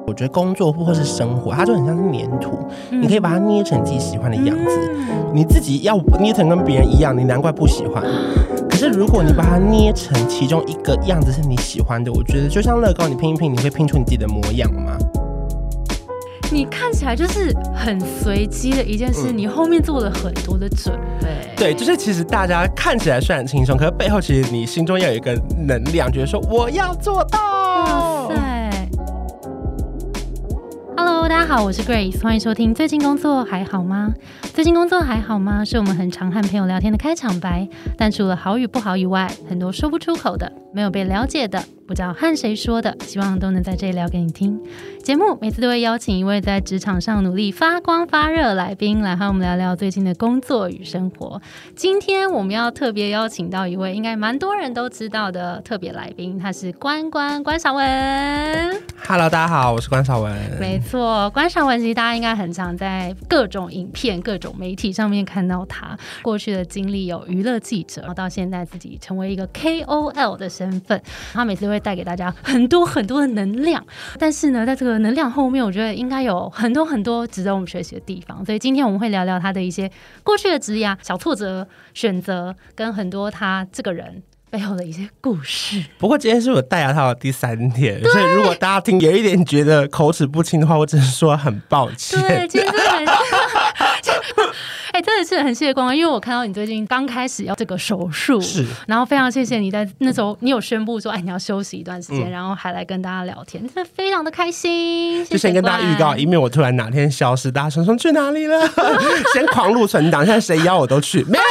我觉得工作或是生活，它就很像是粘土，你可以把它捏成自己喜欢的样子。你自己要捏成跟别人一样，你难怪不喜欢。可是如果你把它捏成其中一个样子是你喜欢的，我觉得就像乐高，你拼一拼，你会拼出你自己的模样吗？ 你看起来就是很随机的一件事，你后面做了很多的准备。 对，就是其实大家看起来虽然轻松，可是背后其实你心中要有一个能量，觉得说我要做到。 哇塞 ！Hello， 大家好，我是 Grace， 欢迎收听。最近工作还好吗？最近工作还好吗？是我们很常和朋友聊天的开场白。但除了好与不好以外，很多说不出口的，没有被了解的，不知道和谁说的，希望都能在这里聊给你听。节目每次都会邀请一位在职场上努力发光发热的来宾，来和我们聊聊最近的工作与生活。今天我们要特别邀请到一位应该蛮多人都知道的特别来宾，他是关少文。 Hello， 大家好，我是关少文。 没错，关少文其实大家应该很常在各种影片、各种媒体上面看到他。过去的经历有娱乐记者，然后到现在自己成为一个 KOL 的身份，他每次会带给大家很多很多的能量。但是呢，在这个能量后面，我觉得应该有很多很多值得我们学习的地方。所以今天我们会聊聊他的一些过去的职涯、小挫折、选择，跟很多他这个人背后的一些故事。 不过今天是我戴牙套的第3天，所以如果大家听有一点觉得口齿不清的话，我只能说很抱歉。 对，今天真的很真的是很谢谢关关，因为我看到你最近刚开始要这个手术， 是， 然后非常谢谢你在那时候你有宣布说，你要休息一段时间，然后还来跟大家聊天，真的非常的开心。谢谢， 就先跟大家预告，以免我突然哪天消失，大家说去哪里了？先狂录存档，现在谁邀我都去，没有。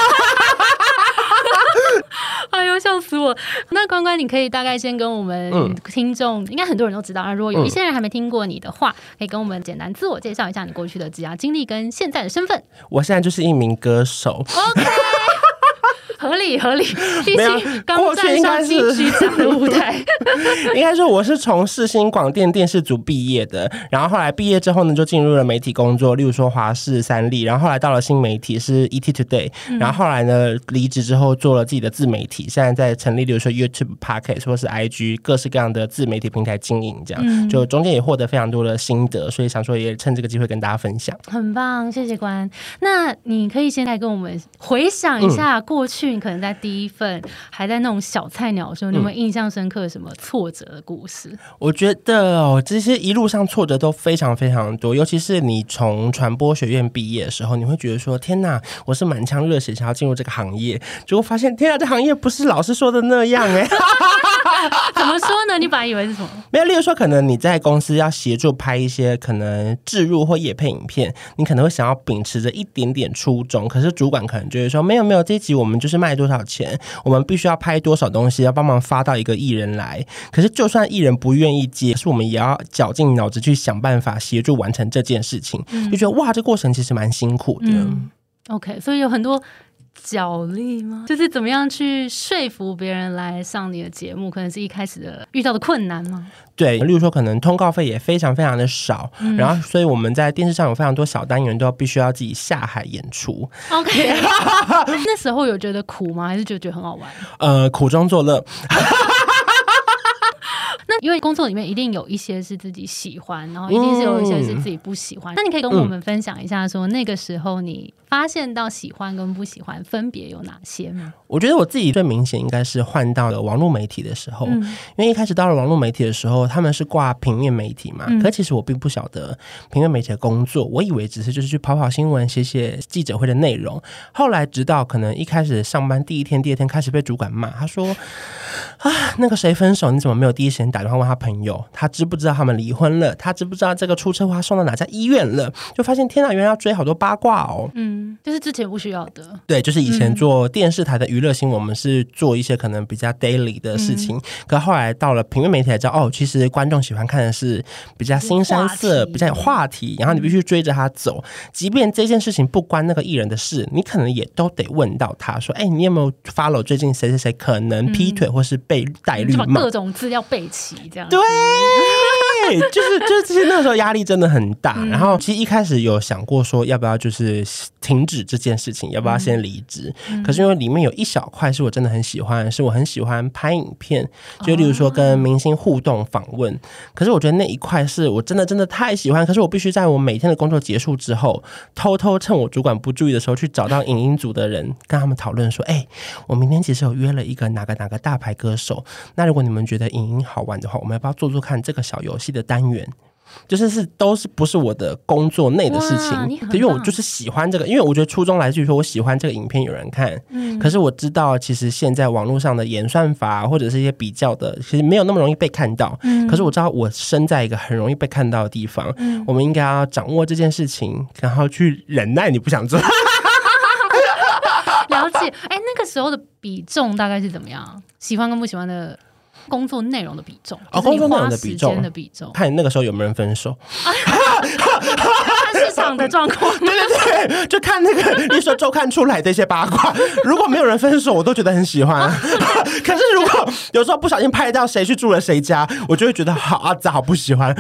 哎呦，笑死我！那关关，你可以大概先跟我们听众，应该很多人都知道。那如果有一些人还没听过你的话，可以跟我们简单自我介绍一下你过去的职涯经历跟现在的身份。 我现在就是一名歌手。 OK。合理，毕竟刚站上金曲奖的舞台。 应该说我是从世新广电电视组毕业的，然后后来毕业之后呢，就进入了媒体工作，例如说华视、三立，然后后来到了新媒体是 ET Today，然后后来呢离职之后做了自己的自媒体，现在在成立，例如说 YouTube、Podcast 或是 IG 各式各样的自媒体平台经营，这样就中间也获得非常多的心得，所以想说也趁这个机会跟大家分享。 很棒，谢谢关。那你可以现在跟我们回想一下过去。你可能在第一份还在那种小菜鸟的时候，你有没有印象深刻什么挫折的故事？ 我觉得这些一路上挫折都非常非常多，尤其是你从传播学院毕业的时候，你会觉得说天哪，我是满腔热血想要进入这个行业，结果发现天哪，这行业不是老师说的那样怎么说呢？你本来以为是什么？ 没有，例如说可能你在公司要协助拍一些可能置入或业配影片，你可能会想要秉持着一点点初衷，可是主管可能就会说没有，这一集我们就是卖多少钱，我们必须要拍多少东西，要帮忙发到一个艺人来。可是就算艺人不愿意接，可是我们也要绞尽脑汁去想办法协助完成这件事情，就觉得哇，这过程其实蛮辛苦的。 OK， 所以有很多角力吗？就是怎么样去说服别人来上你的节目，可能是一开始的遇到的困难吗？ 对，例如说可能通告费也非常非常的少，然后所以我们在电视上有非常多小单元都必须要自己下海演出。 OK， 那时候有觉得苦吗？还是觉得很好玩？苦中作乐。 那因为工作里面一定有一些是自己喜欢，然后一定是有一些是自己不喜欢。那你可以跟我们分享一下说那个时候你发现到喜欢跟不喜欢分别有哪些吗？ 我觉得我自己最明显应该是换到了网络媒体的时候，因为一开始到了网络媒体的时候，他们是挂平面媒体嘛，可其实我并不晓得平面媒体的工作，我以为只是就是去跑新闻、写记者会的内容。后来直到可能一开始上班第一天、第二天开始被主管骂，他说那个谁分手，你怎么没有第一时间打电话问他朋友？他知不知道他们离婚了？他知不知道这个出车祸送到哪家医院了？就发现天哪，原来要追好多八卦哦。 就是之前不需要的。 对，就是以前做电视台的娱乐新闻，我们是做一些可能比较 daily 的事情，可后来到了平面媒体才知道，其实观众喜欢看的是比较新山色、比较有话题，然后你必须追着他走，即便这件事情不关那个艺人的事，你可能也都得问到他说，你有没有 follow 最近谁谁谁可能劈腿或是被戴绿帽， 就把各种资料备齐这样。 对。就是那时候压力真的很大，然后其实一开始有想过说要不要就是停止这件事情，要不要先离职？可是因为里面有一小块是我真的很喜欢，是我很喜欢拍影片，就例如说跟明星互动访问。可是我觉得那一块是我真的太喜欢，可是我必须在我每天的工作结束之后，偷偷趁我主管不注意的时候去找到影音组的人，跟他们讨论说，我明天其实有约了一个哪个大牌歌手，那如果你们觉得影音好玩的话，我们要不要做做看这个小游戏的单元？就是都是不是我的工作内的事情，因为我就是喜欢这个，因为我觉得初衷来自于说我喜欢这个影片有人看，可是我知道其实现在网络上的演算法或者是一些比较的，其实没有那么容易被看到，可是我知道我身在一个很容易被看到的地方，我们应该要掌握这件事情，然后去忍耐你不想做。 了解。那个时候的比重大概是怎么样？喜欢跟不喜欢的工作内容的比重， 工作内容的比重， 看那个时候有没有人分手， 看市场的状况。 对，就看那个你说周刊出来的一些八卦，如果没有人分手，我都觉得很喜欢。可是如果有时候不小心拍到谁去住了谁家，我就会觉得好阿杂，好不喜欢。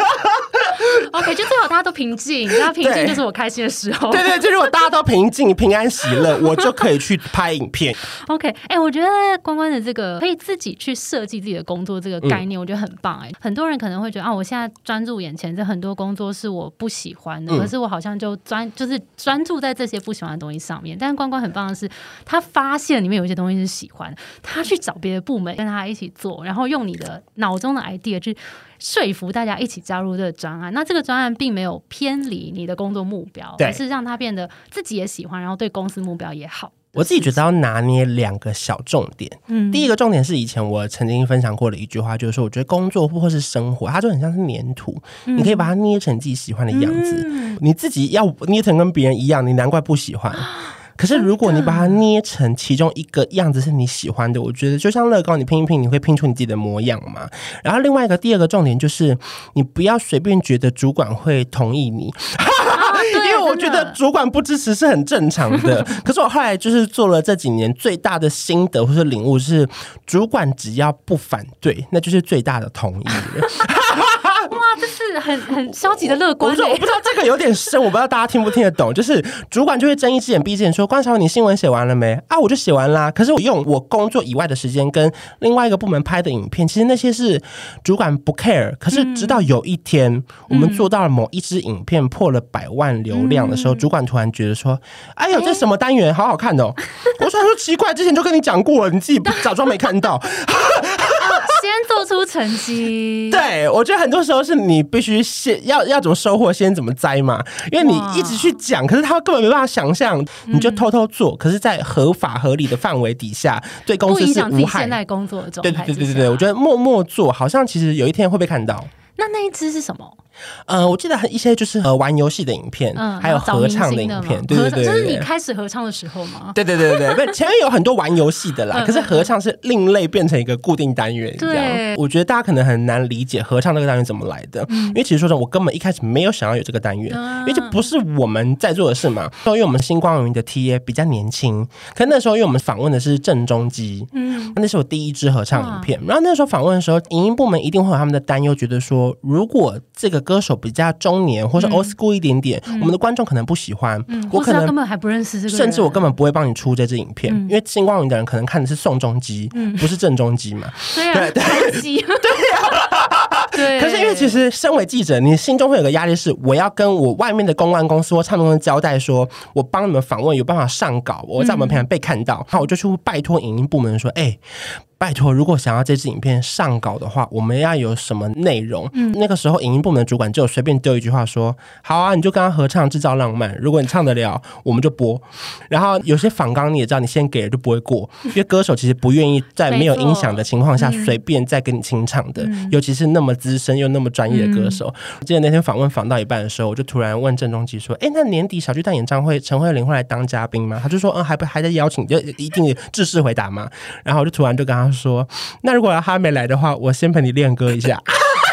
OK， 就最好大家都平静，那平静就是我开心的时候。 对，就如果大家都平静、平安、喜乐，我就可以去拍影片。 OK， 我觉得关关的这个可以自己去设计自己的工作这个概念，我觉得很棒。很多人可能会觉得我现在专注眼前，这很多工作是我不喜欢的，可是我好像就是专注在这些不喜欢的东西上面。但是关关很棒的是，他发现里面有一些东西是喜欢，他去找别的部门跟他一起做，然后用你的脑中的 idea 去说服大家一起加入这个专案。那这个专案并没有偏离你的工作目标，而是让他变得自己也喜欢，然后对公司目标也好。 我自己觉得要拿捏两个小重点。第一个重点是以前我曾经分享过的一句话，就是说我觉得工作或是生活它就很像是粘土，你可以把它捏成自己喜欢的样子，你自己要捏成跟别人一样，你难怪不喜欢。可是如果你把它捏成其中一个样子是你喜欢的，我觉得就像乐高，你拼一拼，你会拼出你自己的模样嘛。然后另外一个第二个重点就是你不要随便觉得主管会同意你。因为我觉得主管不支持是很正常的，可是我后来就是做了这几年最大的心得或是领悟是，主管只要不反对，那就是最大的同意了。 哇，这是很消极的乐观。 我不知道这个有点深，我不知道大家听不听得懂。就是主管就会睁一只眼闭一只眼说：“关少文，你新闻写完了没？”啊，我就写完啦。可是我用我工作以外的时间跟另外一个部门拍的影片，其实那些是主管不 care。可是直到有一天，我们做到了某一支影片破了100万流量的时候，主管突然觉得说：“哎呦，这什么单元好好看哦！”我说奇怪，之前就跟你讲过了，你自己假装没看到。 先做出成绩。 对，我觉得很多时候是你必须先要怎么收获，先怎么栽嘛。因为你一直去讲，可是他根本没办法想象，你就偷偷做，可是在合法合理的范围底下，对公司是无害，不影响自己现在工作的状态。 对，我觉得默默做，好像其实有一天会被看到。 那一支是什么？ 我记得一些就是玩游戏的影片，还有合唱的影片，对， 就是你开始合唱的时候吗？ 对，前面有很多玩游戏的啦，可是合唱是另类变成一个固定单元，这样。我觉得大家可能很难理解合唱这个单元怎么来的，因为其实说真的，我根本一开始没有想要有这个单元，因为这不是我们在做的事嘛。因为我们星光云的 TA 比较年轻，可是那时候因为我们访问的是郑中基，那是我第一支合唱影片，然后那时候访问的时候，影音部门一定会有他们的担忧，觉得说如果这个歌手比较中年或是 old school 一点点，我们的观众可能不喜欢，我可能根本还不认识这个人， 甚至我根本不会帮你出这支影片，因为星光云的人可能看的是宋仲基，不是郑中基嘛。 对，对。 可是因为其实身为记者，你心中会有个压力，是我要跟我外面的公关公司或唱片公司交代说，我帮你们访问有办法上稿，我在我们平台被看到，然后我就去拜托影音部门说，拜托，如果想要这支影片上稿的话，我们要有什么内容？那个时候影音部门的主管就随便丢一句话说：“好啊，你就跟他合唱，制造浪漫。如果你唱得了，我们就播。”然后有些访纲你也知道，你先给了就不会过，因为歌手其实不愿意在没有音响的情况下随便再给你清唱的，尤其是那么资深又那么专业的歌手。我记得那天访到一半的时候，我就突然问郑中基说：“那年底小巨蛋演唱会，陈慧琳会来当嘉宾吗？”他就说：“还在邀请，就一定制式回答嘛。”然后我就突然就跟他说，那如果他没来的话，我先陪你练歌一下。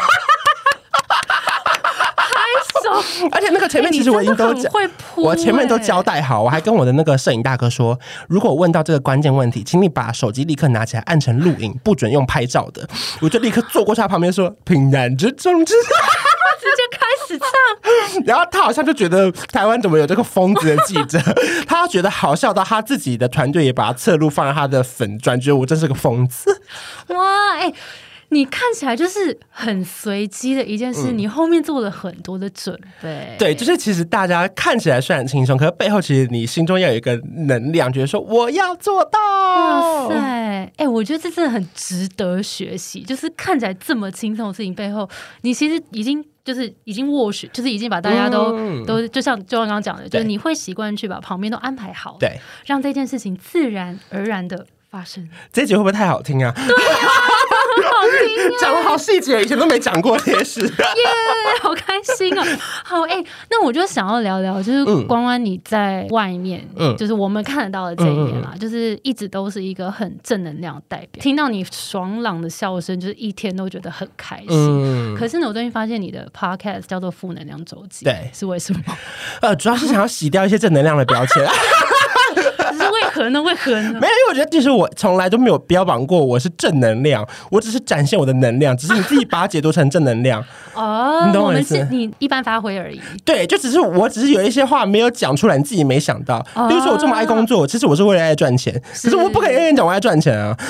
而且那个前面其实我已经都我前面都交代好，我还跟我的那个摄影大哥说，如果问到这个关键问题，请你把手机立刻拿起来按成录影，不准用拍照的。我就立刻坐过去他旁边说，平然之中之。 直接开始史上。 然后他好像就觉得台湾怎么有这个疯子的记者，他觉得好笑到他自己的团队也把他侧录放在他的粉专，觉得我真是个疯子。 哇，你看起来就是很随机的一件事，你后面做了很多的准备。 对，就是其实大家看起来虽然轻松，可是背后其实你心中要有一个能量，觉得说我要做到。 哇塞，我觉得这真的很值得学习。就是看起来这么轻松的事情背后，你其实已经握实，就是已经把大家都就像刚刚讲的，就是你会习惯去把旁边都安排好， 对， 让这件事情自然而然的发生。 这一集会不会太好听啊？ 对啊，好听啊， 讲了好细节，以前都没讲过这些事。 好开心哦！好，那我就想要聊聊，就是关关你在外面，就是我们看得到的这一面啦，就是一直都是一个很正能量的代表。听到你爽朗的笑声，就是一天都觉得很开心。可是呢，我最近发现你的 podcast 叫做负能量周记， 对， 是为什么？ 主要是想要洗掉一些正能量的标签。 可是为何呢？为何呢？ 没有，因为我觉得其实我从来都没有标榜过我是正能量，我只是展现我的能量，只是你自己把它解读成正能量。 哦， 你懂我意思？ 你一般发挥而已。 对，就只是有一些话没有讲出来，你自己没想到。比如说我这么爱工作，其实我是为了爱赚钱，可是我不可以跟人讲我爱赚钱啊。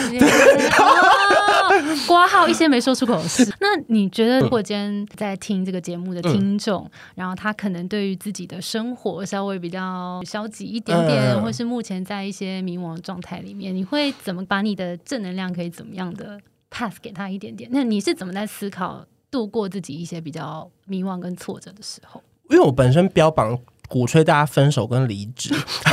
括号一些没说出口的事。那你觉得，如果今天在听这个节目的听众，然后他可能对于自己的生活稍微比较消极一点点，或是目前在一些迷惘的状态里面，你会怎么把你的正能量可以怎么样的 pass 给他一点点？那你是怎么在思考度过自己一些比较迷惘跟挫折的时候？ 因为我本身标榜鼓吹大家分手跟离职。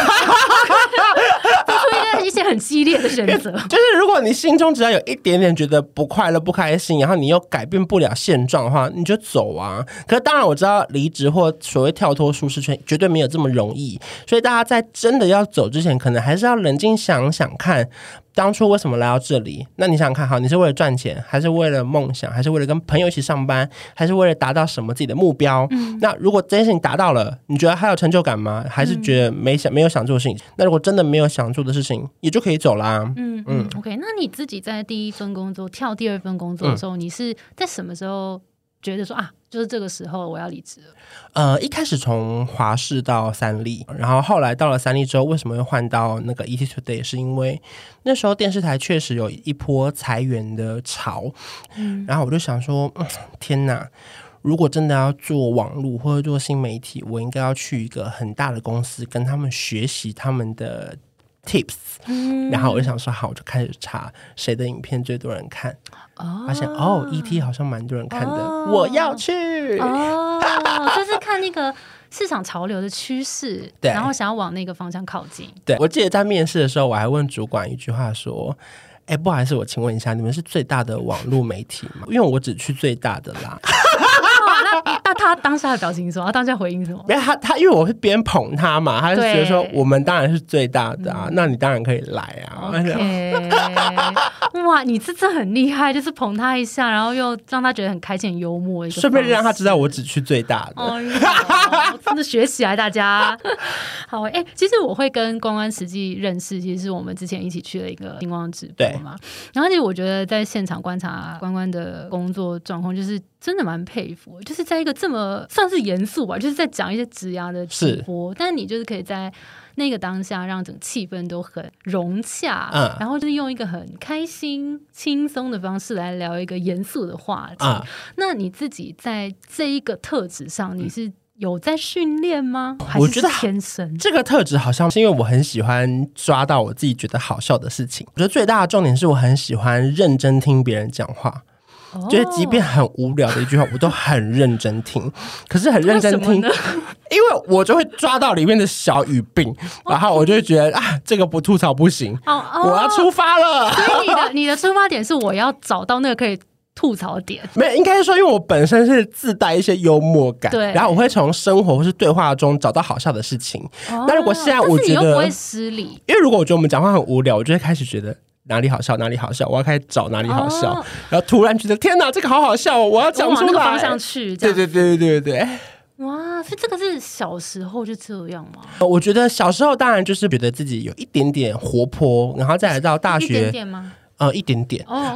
一些很激烈的选择， 就是如果你心中只要有一点点觉得不快乐、不开心，然后你又改变不了现状的话，你就走啊。可是当然我知道离职或所谓跳脱舒适圈绝对没有这么容易，所以大家在真的要走之前，可能还是要冷静想想看。当初为什么来到这里？那你想想看，好，你是为了赚钱，还是为了梦想，还是为了跟朋友一起上班，还是为了达到什么自己的目标？那如果这件事情达到了，你觉得还有成就感吗？还是觉得没有想做的事情？那如果真的没有想做的事情，也就可以走啦。 OK， 那你自己在第一份工作跳第二份工作的时候，你是在什么时候觉得说就是这个时候我要离职了？ 一开始从华视到三立，然后后来到了三立之后，为什么会换到那个 ET Today？ 是因为那时候电视台确实有一波裁员的潮，然后我就想说，天哪！如果真的要做网络或者做新媒体，我应该要去一个很大的公司，跟他们学习他们的 tips。然后我就想说，好，我就开始查谁的影片最多人看。发现ET 好像蛮多人看的，我要去。 就是看那个市场潮流的趋势，然后想要往那个方向靠近。 对，我记得在面试的时候，我还问主管一句话说：“不好意思，我请问一下，你们是最大的网络媒体吗？因为我只去最大的啦。” 那他当下的表情是什么？他当下回应什么？ 没有，他因为我会边捧他嘛，他就觉得说我们当然是最大的啊，那你当然可以来啊。 OK， 哇，你这很厉害，就是捧他一下，然后又让他觉得很开心、很幽默， 顺便让他知道我只去最大的。 真的学起来，大家好。其实我会跟关关实际认识，其实是我们之前一起去了一个星光直播嘛。然后其实我觉得在现场观察关关的工作状况，就是真的蛮佩服，就是在一个这么算是严肃吧，就是在讲一些职涯的直播，但你就是可以在那个当下让整个气氛都很融洽，然后就是用一个很开心轻松的方式来聊一个严肃的话题。那你自己在这一个特质上，你是有在训练吗？还是天生？ 这个特质好像是因为我很喜欢抓到我自己觉得好笑的事情。我觉得最大的重点是我很喜欢认真听别人讲话。就是即便很无聊的一句话我都很认真听，可是很认真听，因为我就会抓到里面的小语病，然后我就会觉得这个不吐槽不行，我要出发了。 所以你的出发点是我要找到那个可以吐槽点。 没有，应该是说因为我本身是自带一些幽默感， 对， 然后我会从生活或是对话中找到好笑的事情。那如果现在我觉得， 但是你又不会失礼， 因为如果我觉得我们讲话很无聊，我就会开始觉得哪里好笑哪里好笑，我要开始找哪里好笑，然后突然觉得天哪，这个好好笑，我要讲出来， 往那个方向去。 对对对对对对。 哇，所以这个是小时候就这样吗？ 我觉得小时候当然就是觉得自己有一点点活泼，然后再来到大学， 一点点吗？ 一点点。 哦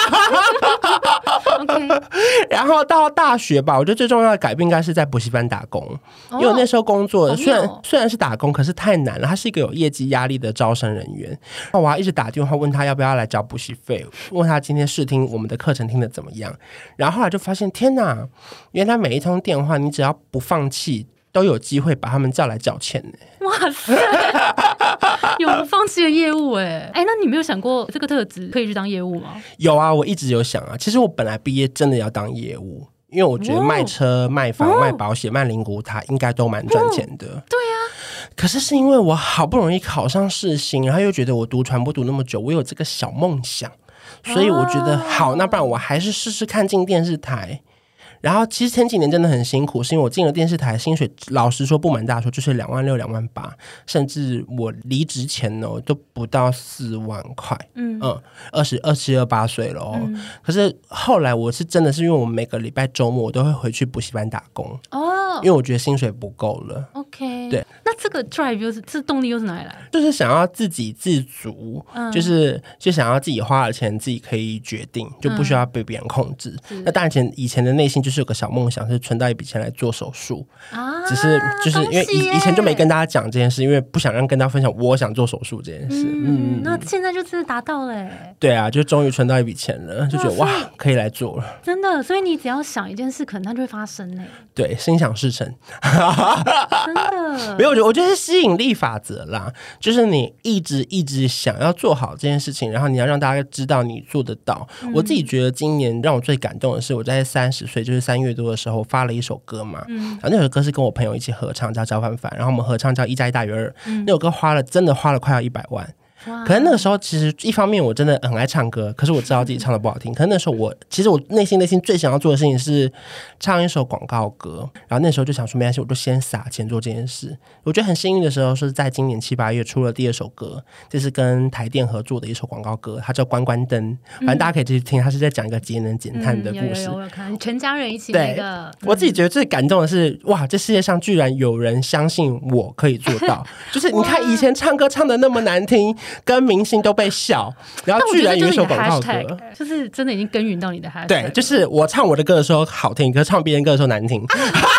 ，OK， 然后到大学吧，我觉得最重要的改变应该是在补习班打工，因为我那时候工作虽然是打工，可是太难了，他是一个有业绩压力的招生人员。我要一直打电话问他要不要来交补习费，问他今天试听我们的课程听得怎么样。然后后来就发现，天哪，原来每一通电话你只要不放弃，都有机会把他们叫来缴钱呢。 哇塞，有不放弃的业务那你没有想过这个特质可以去当业务吗？ 有啊，我一直有想啊。其实我本来毕业真的要当业务，因为我觉得卖车、卖房、卖保险、卖灵骨塔应该都蛮赚钱的。 对啊， 可是因为我好不容易考上世新，然后又觉得我读传播读那么久，我有这个小梦想，所以我觉得好，那不然我还是试试看进电视台。然后其实前几年真的很辛苦，是因为我进了电视台，薪水老实说不瞒大家说就是2万6、2万8，甚至我离职前呢都不到4万块。27、28岁了哦。可是后来我是真的是因为我每个礼拜周末我都会回去补习班打工因为我觉得薪水不够了。 OK， 对， 那这个 drive 这动力又是哪里来？ 就是想要自给自足，就想要自己花了钱自己可以决定，就不需要被别人控制。那当然以前的内心就是有个小梦想，是存到一笔钱来做手术只是就是因为以前就没跟大家讲这件事，因为不想跟大家分享我想做手术这件事。 那现在就真的达到了对啊，就终于存到一笔钱了，就觉得哇可以来做了， 真的。所以你只要想一件事，可能它就会发生对，心想事成真的。 没有，我觉得是吸引力法则啦，就是你一直想要做好这件事情，然后你要让大家知道你做得到。我自己觉得今年让我最感动的是，我在30岁，就是3月多的时候发了一首歌嘛，然后那首歌是跟我朋友一起合唱，叫焦凡凡，然后我们合唱叫1+1大于2，那首歌真的花了快要100万。可是那个时候其实一方面我真的很爱唱歌，可是我知道自己唱的不好听。可是那时候其实我内心最想要做的事情是唱一首广告歌，然后那时候就想说没关系，我就先撒钱做这件事。我觉得很幸运的时候是在今年7、8月出了第2首歌，这是跟台电合作的一首广告歌，它叫关关灯，反正大家可以继续听，它是在讲一个节能减碳的故事。 有看全家人一起那个。 我自己觉得最感动的是哇，这世界上居然有人相信我可以做到就是你看以前唱歌唱的那么难听，跟明星都被笑，然后居然有一首广告歌， 就是真的已经耕耘到你的 hashtag。 对，就是我唱我的歌的时候好听，可是唱别人歌的时候难听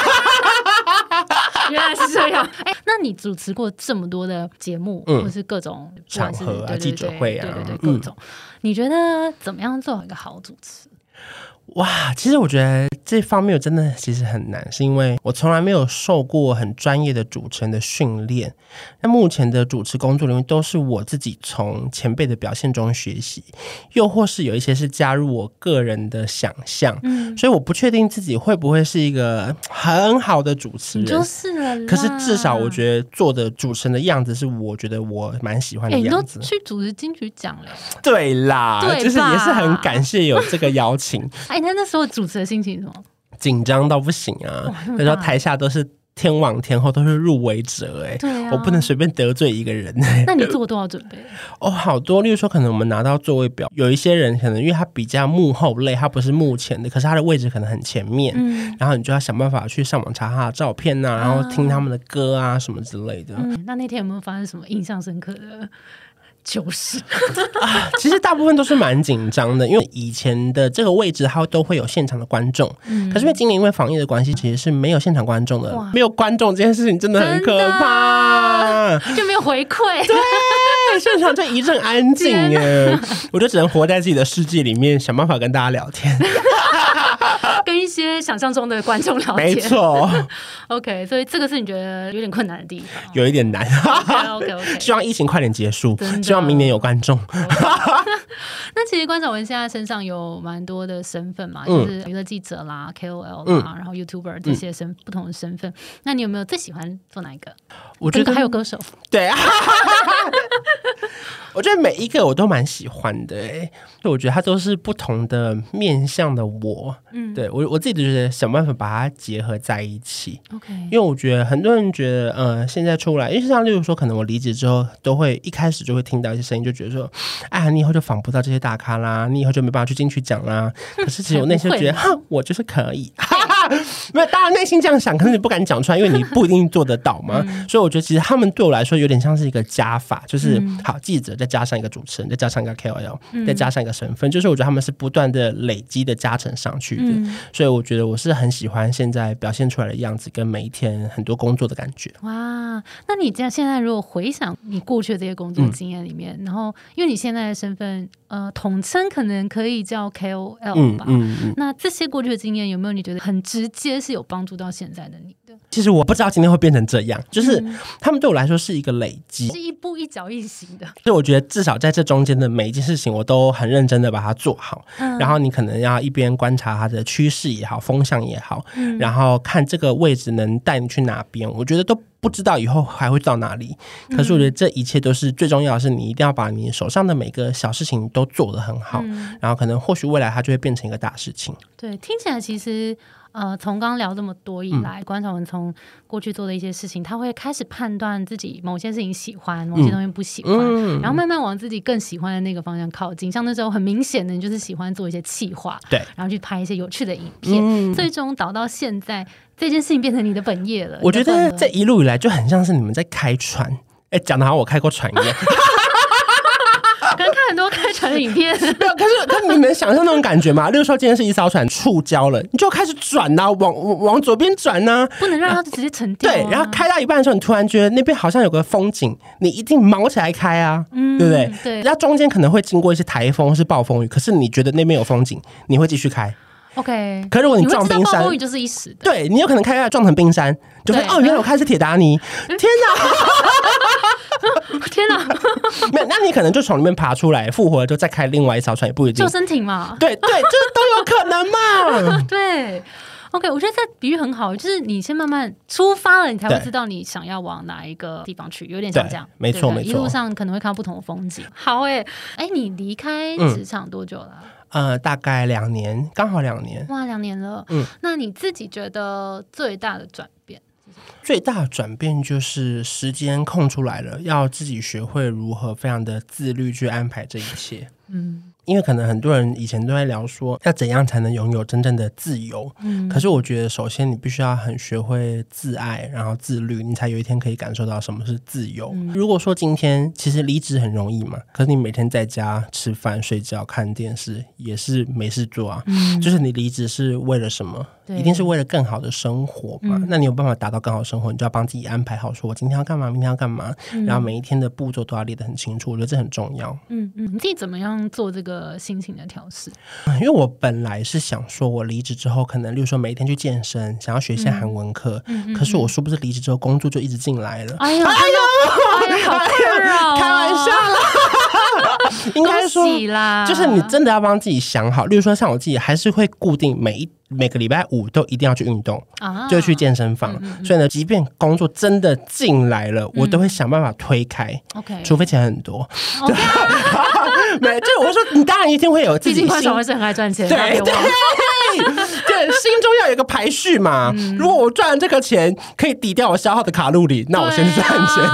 原来是这样。那你主持过这么多的节目或是各种场合啊、记者会啊， 对各种你觉得怎么样做一个好主持？ 哇，其实我觉得这方面真的其实很难，是因为我从来没有受过很专业的主持人的训练。那目前的主持工作里面都是我自己从前辈的表现中学习，又或是有一些是加入我个人的想象。所以我不确定自己会不会是一个很好的主持人， 就是了啦。 可是至少我觉得做的主持人的样子是我觉得我蛮喜欢的样子。 你都去主持金曲奖了。 对啦，就是也是很感谢有这个邀请那时候主持的心情是什么？ 紧张到不行啊！那时候台下都是天王天后，都是入围者我不能随便得罪一个人那你做过多少准备？ 好多，例如说可能我们拿到座位表，有一些人可能因为他比较幕后类，他不是幕前的，可是他的位置可能很前面，然后你就要想办法去上网查他的照片然后听他们的歌啊什么之类的。 那天有没有发生什么印象深刻的就是其实大部分都是蛮紧张的，因为以前的这个位置它都会有现场的观众，可是因为今年因为防疫的关系，其实是没有现场观众的。没有观众这件事情真的很可怕， 就没有回馈。 对，现场就一阵安静耶，我就只能活在自己的世界里面，想办法跟大家聊天跟一些想象中的观众聊天。 没错 OK， 所以这个是你觉得有点困难的地方？ 有一点难 OK 希望疫情快点结束，希望明年有观众那其实关韶文现在身上有蛮多的身份嘛，就是娱乐记者啦、KOL 啦，然后 YouTuber 这些不同的身份。那你有没有最喜欢做哪一个？ 我觉得还有歌手。 对啊我觉得每一个我都蛮喜欢的就我觉得它都是不同的面向的我。对，我自己觉得想办法把它结合在一起。因为我觉得很多人觉得现在出来，因为像例如说可能我离职之后都会一开始就会听到一些声音，就觉得说你以后就访不到这些大咖啦，你以后就没办法去金曲奖啦。可是其实我内心觉得我就是可以没有，当然内心这样想，可是你不敢讲出来，因为你不一定做得到嘛。所以我觉得其实他们对我来说有点像是一个加法，就是好记者再加上一个主持人，再加上一个 KOL，再加上一个身份，就是我觉得他们是不断的累积的加成上去的。所以我觉得我是很喜欢现在表现出来的样子，跟每一天很多工作的感觉。 哇，那你现在如果回想你过去的这些工作经验里面，然后因为你现在的身份统称可能可以叫 KOL 吧，那这些过去的经验有没有你觉得很直接是有帮助到现在的你的？ 其实我不知道今天会变成这样，就是他们对我来说是一个累积， 是一步一脚印型的。 所以我觉得至少在这中间的每一件事情我都很认真的把它做好，然后你可能要一边观察它的趋势也好，风向也好，然后看这个位置能带你去哪边，我觉得都不知道以后还会到哪里，可是我觉得这一切都是最重要的是你一定要把你手上的每个小事情都做得很好，然后可能或许未来它就会变成一个大事情。 对，听起来其实从刚刚聊这么多以来，关韶文从过去做的一些事情，他会开始判断自己某些事情喜欢，某些东西不喜欢，然后慢慢往自己更喜欢的那个方向靠近。像那时候很明显的，你就是喜欢做一些企划，对，然后去拍一些有趣的影片，最终导到现在这件事情变成你的本业了。 我觉得这一路以来就很像是你们在开船，讲得好像我开过船一样。 刚看很多开船的影片， 没有，可是你们想象那种感觉吗？例如说今天是一艘船触礁了，你就开始转啊，往左边转啊， 不能让它直接沉掉对，然后开到一半的时候，你突然觉得那边好像有个风景，你一定毛起来开啊，对不对？对，然后中间可能会经过一些台风或是暴风雨，可是你觉得那边有风景，你会继续开。 OK， 可是如果你撞冰山， 暴风雨就是一时的， 对，你有可能开撞成冰山，就会原来我开的是铁达尼，天哪！ 天哪！ 没有，那你可能就从里面爬出来，复活了就再开另外一艘船，也不一定。 救生艇嘛， 对，这都有可能嘛。 对 ，OK， 我觉得这比喻很好，就是你先慢慢出发了，你才会知道你想要往哪一个地方去，有点像这样。 没错，没错。 一路上可能会看到不同的风景。好你离开职场多久了？ 大概2年，刚好2年。 哇，2年了。那你自己觉得最大的转变？ 最大的转变就是时间空出来了，要自己学会如何非常的自律去安排这一切。因为可能很多人以前都在聊说要怎样才能拥有真正的自由，可是我觉得首先你必须要很学会自爱，然后自律，你才有一天可以感受到什么是自由。如果说今天其实离职很容易嘛，可是你每天在家吃饭睡觉看电视也是没事做啊，就是你离职是为了什么？一定是为了更好的生活嘛，那你有办法达到更好的生活，你就要帮自己安排好，说我今天要干嘛，明天要干嘛，然后每一天的步骤都要列得很清楚，我觉得这很重要。 你自己怎么样做这个心情的调试？ 因为我本来是想说我离职之后可能例如说每一天去健身，想要学一些韩文课，可是我殊不知离职之后工作就一直进来了。哎呦， 好困扰， 开玩笑啦。应该说就是你真的要帮自己想好，例如说像我自己还是会固定每个礼拜5都一定要去运动，就去健身房，所以呢即便工作真的进来了，我都会想办法推开，除非钱很多。没，就我说你当然一定会有自己心，毕竟关韶文是很爱赚钱， 对，心中要有一个排序嘛。如果我赚了这个钱可以抵掉我消耗的卡路里，那我先去赚钱。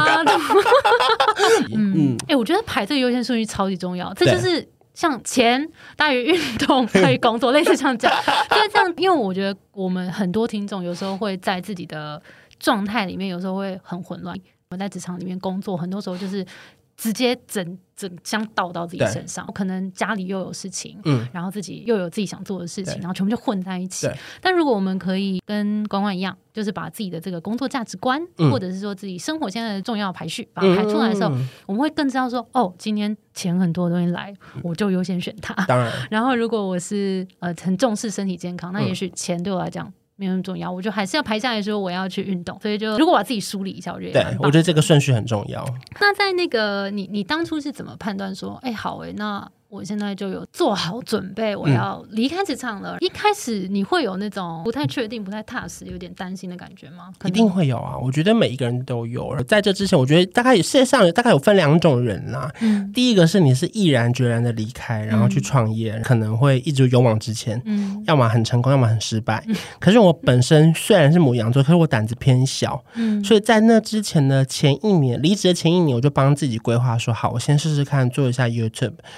我觉得排这个优先顺序超级重要，这就是像钱大于运动大于工作，类似这样讲。就是这样，因为我觉得我们很多听众有时候会在自己的状态里面，有时候会很混乱。我们在职场里面工作，很多时候就是直接整箱倒到自己身上，可能家里又有事情，然后自己又有自己想做的事情，然后全部就混在一起。但如果我们可以跟关关一样，就是把自己的这个工作价值观，或者是说自己生活现在的重要排序把它排出来的时候，我们会更知道说，今天钱很多的东西来，我就优先选它。当然，然后如果我是很重视身体健康，那也许钱对我来讲没有那么重要，我就还是要排下来说我要去运动，所以就如果把自己梳理一下，我觉得对， 我觉得这个顺序很重要。 那在那个你当初是怎么判断说，好那我现在就有做好准备，我要离开职场了。一开始你会有那种不太确定、不太踏实、有点担心的感觉吗？ 一定会有啊，我觉得每一个人都有。在这之前，我觉得大概世界上大概有分2种人啦。第一个是你是毅然决然的离开，然后去创业，可能会一直勇往直前，要么很成功，要么很失败。可是我本身虽然是牡羊座，可是我胆子偏小，所以在那之前的前1年，离职的前1年，我就帮自己规划说，好，我先试试看做一下 YouTube。如果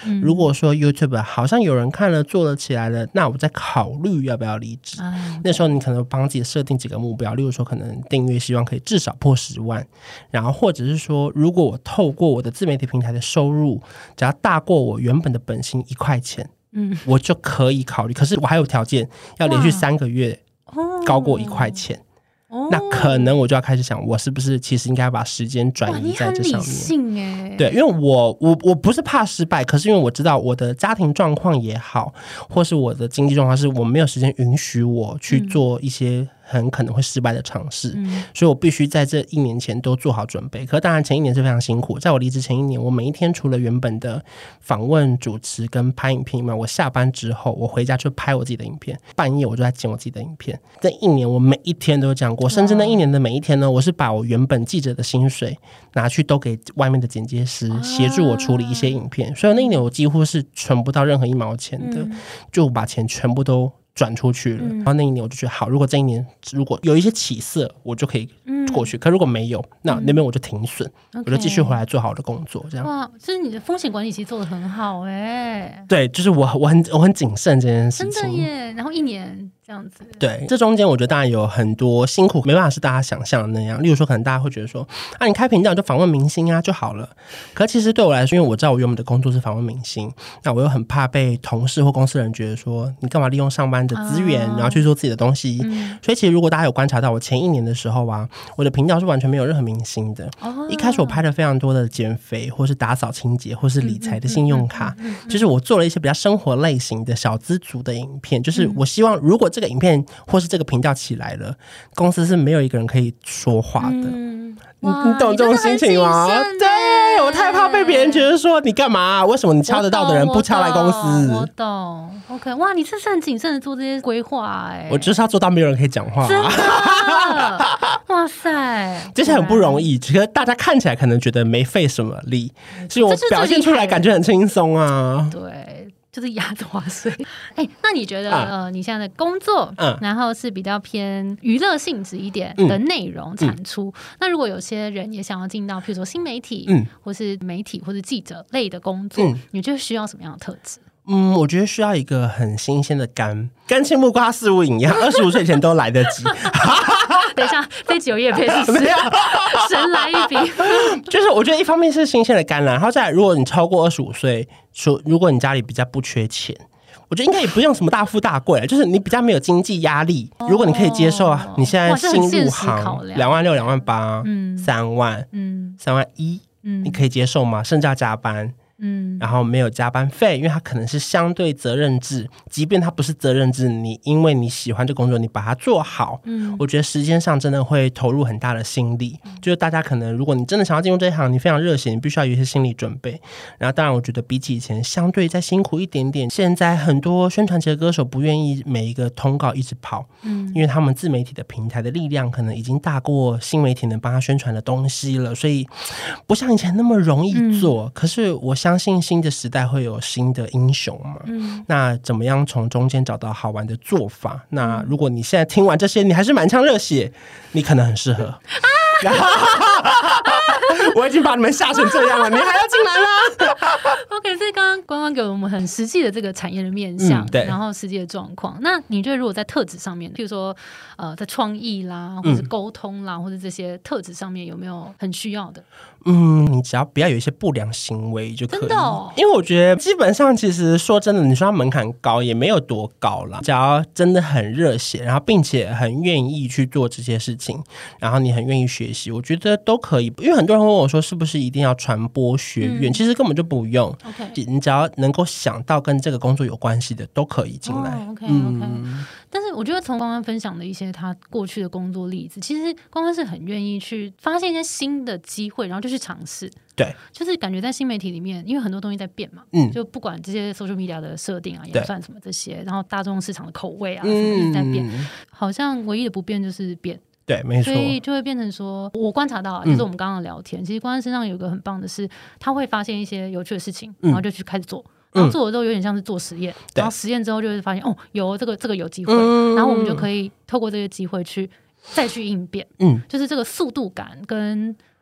果说 YouTube 好像有人看了做了起来了，那我再考虑要不要离职。那时候你可能帮自己设定几个目标，例如说可能订阅希望可以至少破10万，然后或者是说如果我透过我的自媒体平台的收入只要大过我原本的本薪1块钱，我就可以考虑。可是我还有条件，要连续3个月高过1块钱。那可能我就要开始想，我是不是其实应该把时间转移在这上面。你很理性耶。 对，因为我不是怕失败，可是因为我知道我的家庭状况也好，或是我的经济状况，是我没有时间允许我去做一些很可能会失败的尝试，所以我必须在这1年前都做好准备。可是当然前1年是非常辛苦，在我离职前1年，我每一天除了原本的访问主持跟拍影片嘛，我下班之后我回家就拍我自己的影片，半夜我就在剪我自己的影片。这1年我每一天都有讲过，甚至那1年的每一天呢，我是把我原本记者的薪水拿去都给外面的剪接师协助我处理一些影片，所以那1年我几乎是存不到任何1毛钱的，就把钱全部都转出去了。然后那1年我就觉得好，如果这1年如果有一些起色，我就可以过去，可如果没有，那边我就停损，我就继续回来做好我的工作。这样哇， 就是你的风险管理其实做得很好对，就是我很谨慎这件事情， 真的耶。然后1年这样子， 对，这中间我觉得当然有很多辛苦，没办法是大家想象的那样。例如说可能大家会觉得说啊，你开频道就访问明星啊就好了，可其实对我来说，因为我知道我原本的工作是访问明星，那我又很怕被同事或公司人觉得说你干嘛利用上班的资源然后去做自己的东西，所以其实如果大家有观察到我前1年的时候啊，我的频道是完全没有任何明星的。一开始我拍了非常多的减肥或是打扫清洁或是理财的信用卡，就是我做了一些比较生活类型的小资族的影片，就是我希望如果这个影片或是这个频道起来了，公司是没有一个人可以说话的。你懂这种心情吗？对，我太怕被别人觉得说你干嘛，为什么你敲得到的人不敲来公司。 我懂 OK， 哇，你这是很谨慎的做这些规划我就是要做到没有人可以讲话。 真的哇塞， 这些很不容易，其实大家看起来可能觉得没费什么力，所以我表现出来感觉很轻松啊。 对，就是鸭子划水。那你觉得你现在的工作然后是比较偏娱乐性质一点的内容产出，那如果有些人也想要进到譬如说新媒体或是媒体或是记者类的工作，你觉得需要什么样的特质？ 我觉得需要一个很新鲜的肝，跟青木瓜四物饮一样，25岁前都来得及。 等一下，这集有业配是不是？神来一笔。 就是我觉得一方面是新鲜的肝然后再来，如果你超过25岁，如果你家里比较不缺钱，我觉得应该也不用什么大富大贵，就是你比较没有经济压力。如果你可以接受你现在新入行2万6、2万8、3万、3万1，你可以接受吗？甚至要加班。然后没有加班费，因为它可能是相对责任制，即便它不是责任制，你因为你喜欢这工作，你把它做好，我觉得时间上真的会投入很大的心力。就是大家可能如果你真的想要进入这一行，你非常热血，你必须要有一些心理准备。然后当然我觉得比起以前相对再辛苦一点点，现在很多宣传期的歌手不愿意每一个通告一直跑，因为他们自媒体的平台的力量可能已经大过新媒体能帮他宣传的东西了，所以不像以前那么容易做。可是我相信新的时代会有新的英雄嘛，那怎么样从中间找到好玩的做法？那如果你现在听完这些你还是满腔热血，你可能很适合我已经把你们吓成这样了，你还要进来吗 ？OK， 所以刚刚关关给我们很实际的这个产业的面向，然后实际的状况。那你觉得如果在特质上面，譬如说在创意啦，或者沟通啦，或者这些特质上面有没有很需要的？ 你只要不要有一些不良行为就可以。真的因为我觉得基本上其实说真的，你说它门槛高也没有多高啦，只要真的很热血，然后并且很愿意去做这些事情，然后你很愿意学习，我觉得都可以。因为很多人问我说是不是一定要传播学院，其实根本就不用。你只要能够想到跟这个工作有关系的都可以进来。 OK。但是我觉得从关关分享的一些他过去的工作例子，其实关关是很愿意去发现一些新的机会，然后就去尝试。 对， 就是感觉在新媒体里面，因为很多东西在变嘛，就不管这些 social media 的设定啊、演算什么这些，然后大众市场的口味啊，什么一直在变，好像唯一的不变就是变。 对，没错， 所以就会变成说，我观察到就是我们刚刚的聊天，其实关关身上有一个很棒的是，他会发现一些有趣的事情，然后就去开始做。然后做的之后有点像是做实验，然后实验之后就会发现有这个有机会，然后我们就可以透过这个机会去再去应变，就是这个速度感跟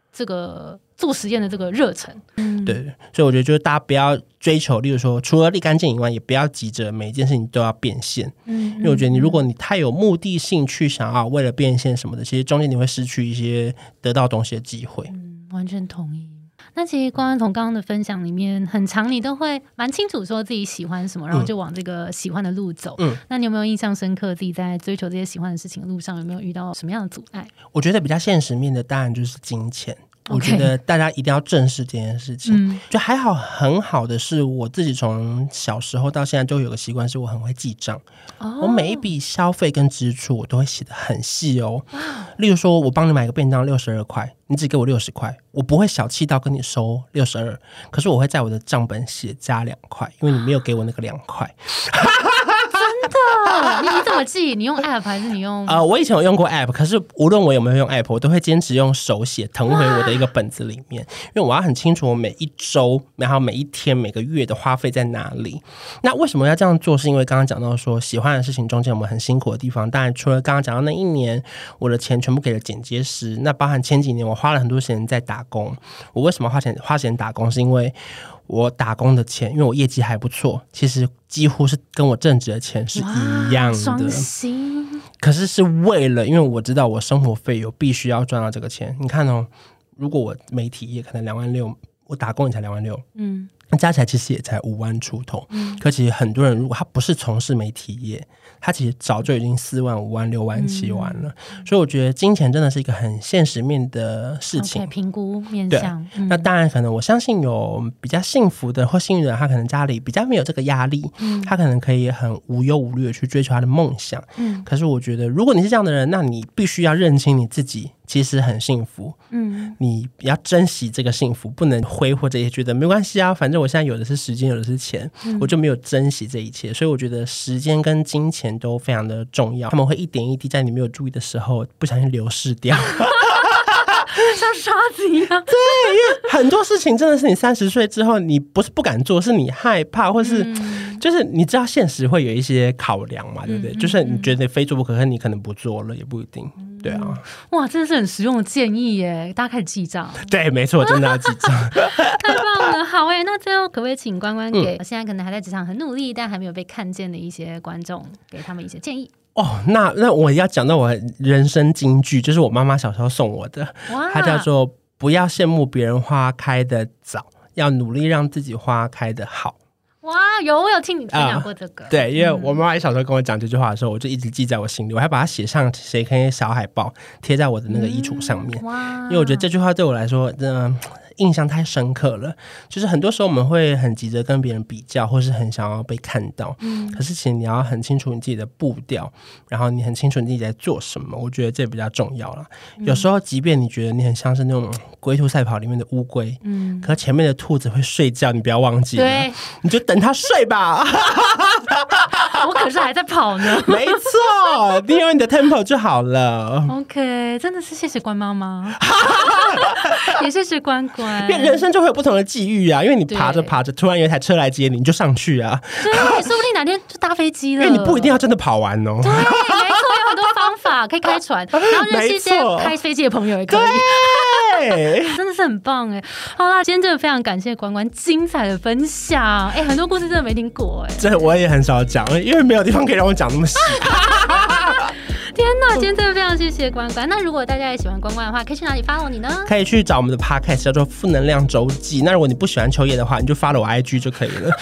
这个做实验的这个热忱。 对，所以我觉得就是大家不要追求，例如说除了立竿见影以外，也不要急着每一件事情都要变现。因为我觉得如果你太有目的性去想要为了变现什么的，其实中间你会失去一些得到东西的机会。 完全同意。那其实光从刚刚的分享里面，很常你都会蛮清楚说自己喜欢什么，然后就往这个喜欢的路走。那你有没有印象深刻自己在追求这些喜欢的事情的路上，有没有遇到什么样的阻碍？ 我觉得比较现实面的当然就是金钱。我觉得大家一定要正视这件事情。就还好，很好的是我自己从小时候到现在就有个习惯，是我很会记账。我每一笔消费跟支出我都会写得很细哦。例如说我帮你买个便当62块，你只给我60块，我不会小气到跟你收62，可是我会在我的账本写加2块，因为你没有给我那个2块。 真的？你怎么记？你用 app 还是你用？ 我以前有用过 app， 可是无论我有没有用 app， 我都会坚持用手写誊回我的一个本子里面，因为我要很清楚我每一周，然后每一天、每个月的花费在哪里。那为什么要这样做？是因为刚刚讲到说喜欢的事情中间我们很辛苦的地方，当然除了刚刚讲到那一年我的钱全部给了剪接师，那包含前几年我花了很多钱在打工。我为什么花钱打工？是因为我打工的钱，因为我业绩还不错，其实几乎是跟我正职的钱是一样的， 双薪。 可是是为了，因为我知道我生活费有必须要赚到这个钱。你看哦，如果我媒体业可能26000，我打工也才26000，加起来其实也才5万出头。可其实很多人如果他不是从事媒体业，他其实早就已经4万、5万、6万、7万了。所以我觉得金钱真的是一个很现实面的事情。 评估面向。 那当然可能我相信有比较幸福的或幸运的人，他可能家里比较没有这个压力，他可能可以很无忧无虑的去追求他的梦想。可是我觉得如果你是这样的人，那你必须要认清你自己其实很幸福。你要珍惜这个幸福，不能挥霍这些，觉得没关系啊，反正我现在有的是时间，有的是钱，我就没有珍惜这一切。所以我觉得时间跟金钱都非常的重要，他们会一点一滴在你没有注意的时候不小心流逝掉。 像沙子一样。 对，因为很多事情真的是你30岁之后你不是不敢做，是你害怕，或是就是你知道现实会有一些考量嘛，对不对？就是你觉得非做不可，可是你可能不做了也不一定。对啊， 哇，真的是很实用的建议耶！大家开始记账。 对，没错，真的要记账。 太棒了，好耶！那最后可不可以请关关给现在可能还在职场很努力但还没有被看见的一些观众，给他们一些建议？ 那我要讲到我人生金句，就是我妈妈小时候送我的，它叫做不要羡慕别人花开的早，要努力让自己花开的好。 哇，我有听你分享过这个。 对，因为我妈妈小时候跟我讲这句话的时候，我就一直记在我心里，我还把它写上谁可以小海报贴在我的那个衣橱上面。因为我觉得这句话对我来说真的印象太深刻了。就是很多时候我们会很急着跟别人比较，或是很想要被看到，可是其实你要很清楚你自己的步调，然后你很清楚你自己在做什么，我觉得这比较重要啦。有时候即便你觉得你很像是那种龟兔赛跑里面的乌龟，可前面的兔子会睡觉，你不要忘记了，你就等它睡吧。 我可是还在跑呢。 没错，你有你的 tempo 就好了。 OK， 真的是谢谢关妈妈。也谢谢关关， 因为人生就会有不同的际遇啊，因为你爬着爬着突然有一台车来接你，你就上去啊。 对，说不定哪天就搭飞机了。 因为你不一定要真的跑完哦。 对，没错，有很多方法可以开船，然后认识一些开飞机的朋友也可以。对，真的是很棒哎。好啦，今天真的非常感谢关关精彩的分享。很多故事真的没听过哎。 这我也很少讲，因为没有地方可以让我讲那么细。 天哪，今天真的非常谢谢关关。那如果大家也喜欢关关的话，可以去哪里 follow 你呢？可以去找我们的 podcast 叫做负能量周记。那如果你不喜欢秋叶的话，你就 follow 我 IG 就可以了。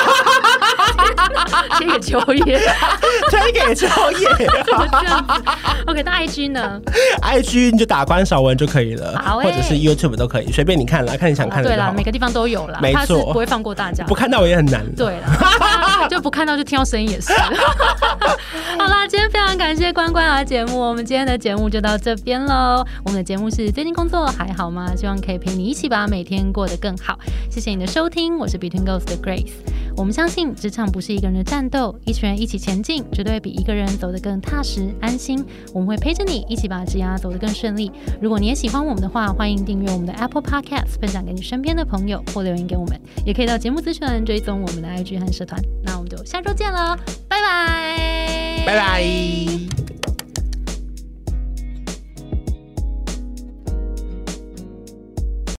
推给秋叶，推给秋叶，怎么这样子 ？OK， 那 IG 呢 ？IG 你就打关韶文就可以了，或者是 YouTube 都可以，随便你看啦，看你想看的。对啦，每个地方都有啦，没错，他是不会放过大家，不看到我也很难。对啦，就不看到就听到声音也是。好啦，今天非常感谢关关来节目，我们今天的节目就到这边喽。我们的节目是最近工作还好吗？希望可以陪你一起把每天过得更好。谢谢你的收听，我是 Between Girls 的 Grace。我们相信职场不是一个人的战斗，一群人一起前进，绝对比一个人走得更踏实安心。我们会陪着你一起把职涯走得更顺利。如果你也喜欢我们的话，欢迎订阅我们的 Apple Podcast， 分享给你身边的朋友，或留言给我们，也可以到节目资讯栏追踪我们的 IG 和社团。那我们就下周见了，拜拜，拜拜。